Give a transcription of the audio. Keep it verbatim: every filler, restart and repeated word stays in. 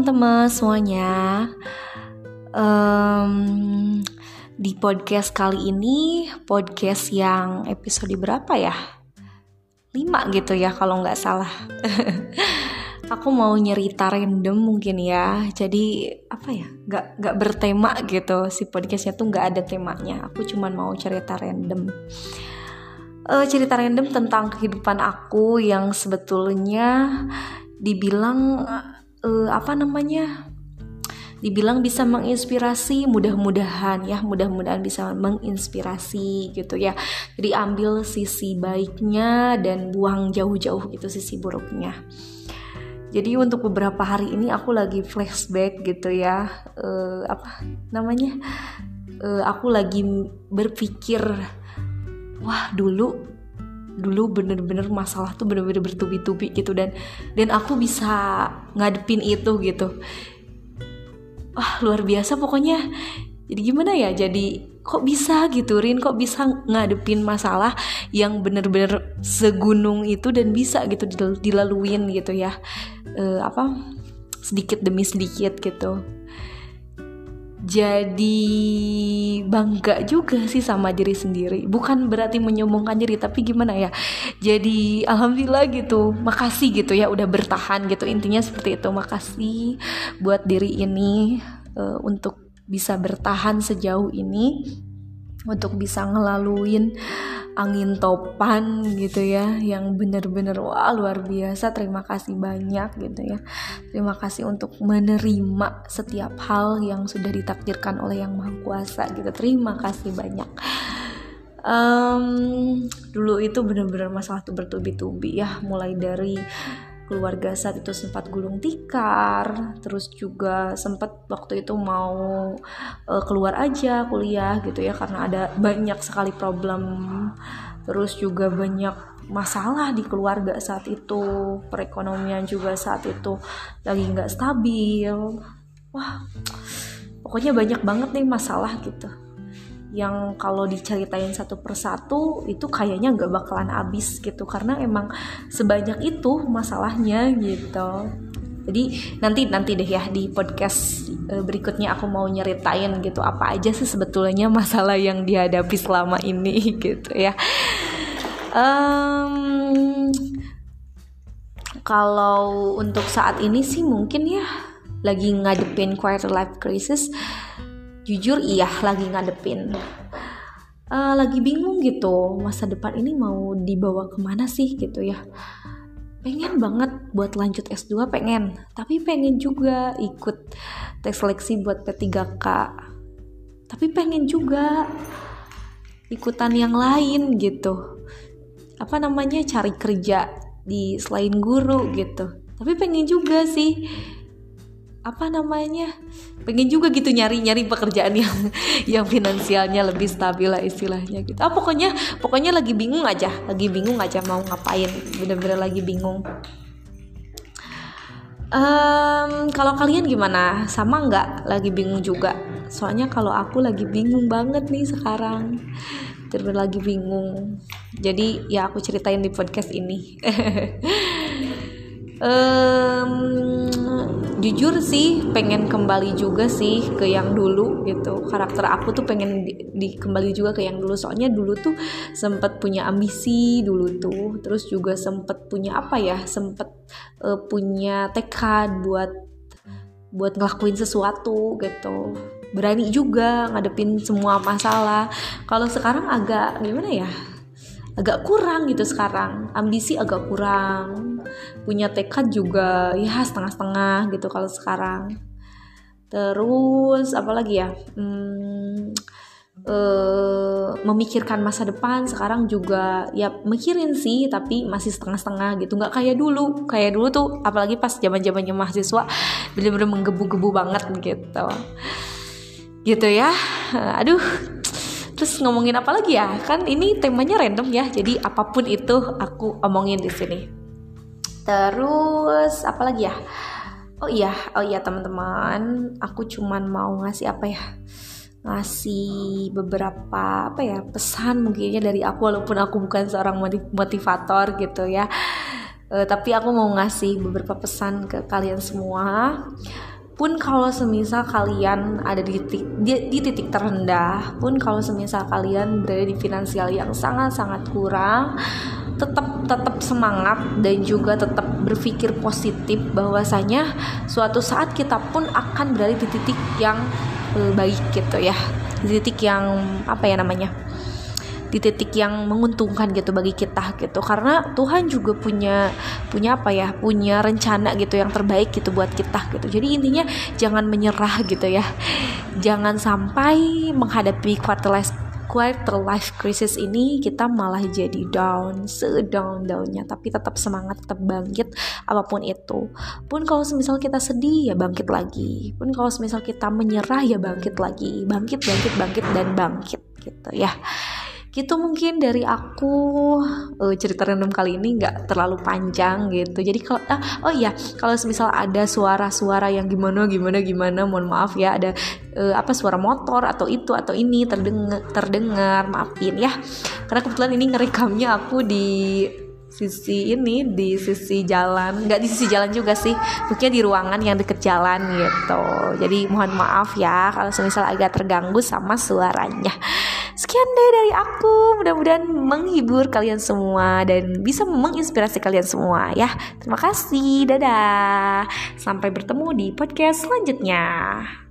teman-teman semuanya. um, Di podcast kali ini, podcast yang episode berapa ya? lima gitu ya kalau gak salah. Aku mau nyerita random mungkin ya. Jadi apa ya, gak, gak bertema gitu. Si podcastnya tuh gak ada temanya. Aku cuman mau cerita random uh, Cerita random tentang kehidupan aku yang sebetulnya dibilang uh, apa namanya dibilang bisa menginspirasi, mudah-mudahan ya mudah-mudahan bisa menginspirasi gitu ya. Jadi ambil sisi baiknya dan buang jauh-jauh gitu sisi buruknya. Jadi untuk beberapa hari ini aku lagi flashback gitu ya, uh, apa namanya uh, aku lagi berpikir, wah dulu dulu bener-bener masalah tuh bener-bener bertubi-tubi gitu, dan dan aku bisa ngadepin itu gitu. Wah luar biasa pokoknya. Jadi gimana ya, jadi kok bisa gitu Rin, kok bisa ngadepin masalah yang bener-bener segunung itu dan bisa gitu dilaluin gitu ya, e, apa sedikit demi sedikit gitu. Jadi bangga juga sih sama diri sendiri. Bukan berarti menyombongkan diri, tapi gimana ya, jadi alhamdulillah gitu, makasih gitu ya udah bertahan gitu. Intinya seperti itu, makasih buat diri ini uh, untuk bisa bertahan sejauh ini, untuk bisa ngelaluin angin topan gitu ya, yang bener-bener wah luar biasa. Terima kasih banyak gitu ya. Terima kasih untuk menerima setiap hal yang sudah ditakdirkan oleh Yang Maha Kuasa gitu. Terima kasih banyak. Um, dulu itu bener-bener masalah tuh bertubi-tubi ya, mulai dari keluarga saat itu sempat gulung tikar, terus juga sempat waktu itu mau uh, keluar aja kuliah gitu ya, karena ada banyak sekali problem, terus juga banyak masalah di keluarga saat itu, perekonomian juga saat itu lagi nggak stabil. Wah pokoknya banyak banget nih masalah gitu, yang kalau diceritain satu persatu itu kayaknya nggak bakalan habis gitu, karena emang sebanyak itu masalahnya gitu. Jadi nanti nanti deh ya di podcast berikutnya aku mau nyeritain gitu apa aja sih sebetulnya masalah yang dihadapi selama ini gitu ya. Um, kalau untuk saat ini sih mungkin ya lagi ngadepin quarter life crisis. Jujur iya lagi ngadepin, uh, lagi bingung gitu masa depan ini mau dibawa kemana sih gitu ya. Pengen banget buat lanjut S dua, pengen, tapi pengen juga ikut tes seleksi buat P tiga K, tapi pengen juga ikutan yang lain gitu, apa namanya cari kerja di selain guru gitu. Tapi pengen juga sih apa namanya pengen juga gitu nyari-nyari pekerjaan yang yang finansialnya lebih stabil lah istilahnya gitu. Ah pokoknya pokoknya lagi bingung aja, lagi bingung aja mau ngapain, bener-bener lagi bingung. Um, kalau kalian gimana? Sama nggak? Lagi bingung juga? Soalnya kalau aku lagi bingung banget nih sekarang, terus lagi bingung. Jadi ya aku ceritain di podcast ini. um, Jujur sih pengen kembali juga sih ke yang dulu gitu. Karakter aku tuh pengen di, di kembali juga ke yang dulu. Soalnya dulu tuh sempet punya ambisi dulu tuh. Terus juga sempet punya apa ya, sempet uh, punya tekad buat buat ngelakuin sesuatu gitu. Berani juga ngadepin semua masalah. Kalau sekarang agak gimana ya, agak kurang gitu sekarang. Ambisi agak kurang, punya tekad juga ya setengah-setengah gitu kalau sekarang. Terus apalagi ya, hmm, eh, memikirkan masa depan sekarang juga ya mikirin sih, tapi masih setengah-setengah gitu, nggak kayak dulu. Kayak dulu tuh apalagi pas zaman-zamannya mahasiswa bener-bener menggebu-gebu banget gitu gitu ya. Aduh, terus ngomongin apa lagi ya? Kan ini temanya random ya. Jadi apapun itu aku omongin di sini. Terus apa lagi ya? Oh iya, oh iya teman-teman, aku cuman mau ngasih apa ya? Ngasih beberapa apa ya? Pesan mungkinnya dari aku, walaupun aku bukan seorang motivator gitu ya. Uh, tapi aku mau ngasih beberapa pesan ke kalian semua. pun kalau semisal kalian ada di titik, di, di titik terendah, pun kalau semisal kalian berada di finansial yang sangat-sangat kurang, tetap tetap semangat dan juga tetap berpikir positif bahwasanya suatu saat kita pun akan berada di titik yang uh, baik gitu ya, di titik yang apa ya namanya, di titik yang menguntungkan gitu bagi kita gitu, karena Tuhan juga punya punya apa ya punya rencana gitu yang terbaik gitu buat kita gitu. Jadi intinya jangan menyerah gitu ya, jangan sampai menghadapi quarter life quarter life crisis ini kita malah jadi down, sedown-downnya, tapi tetap semangat, tetap bangkit apapun itu. Pun kalau semisal kita sedih ya bangkit lagi, pun kalau semisal kita menyerah ya bangkit lagi, bangkit bangkit bangkit dan bangkit gitu ya. Gitu mungkin dari aku, uh, cerita random kali ini nggak terlalu panjang gitu. Jadi kalau ah, oh iya kalau misal ada suara-suara yang gimana gimana gimana, mohon maaf ya, ada uh, apa suara motor atau itu atau ini terdengar terdengar maafin ya. Karena kebetulan ini ngerekamnya aku di sisi ini, di sisi jalan, nggak di sisi jalan juga sih, mungkin di ruangan yang deket jalan gitu. Jadi mohon maaf ya kalau misal agak terganggu sama suaranya. Sekian deh dari aku, mudah-mudahan menghibur kalian semua dan bisa menginspirasi kalian semua ya. Terima kasih, dadah. Sampai bertemu di podcast selanjutnya.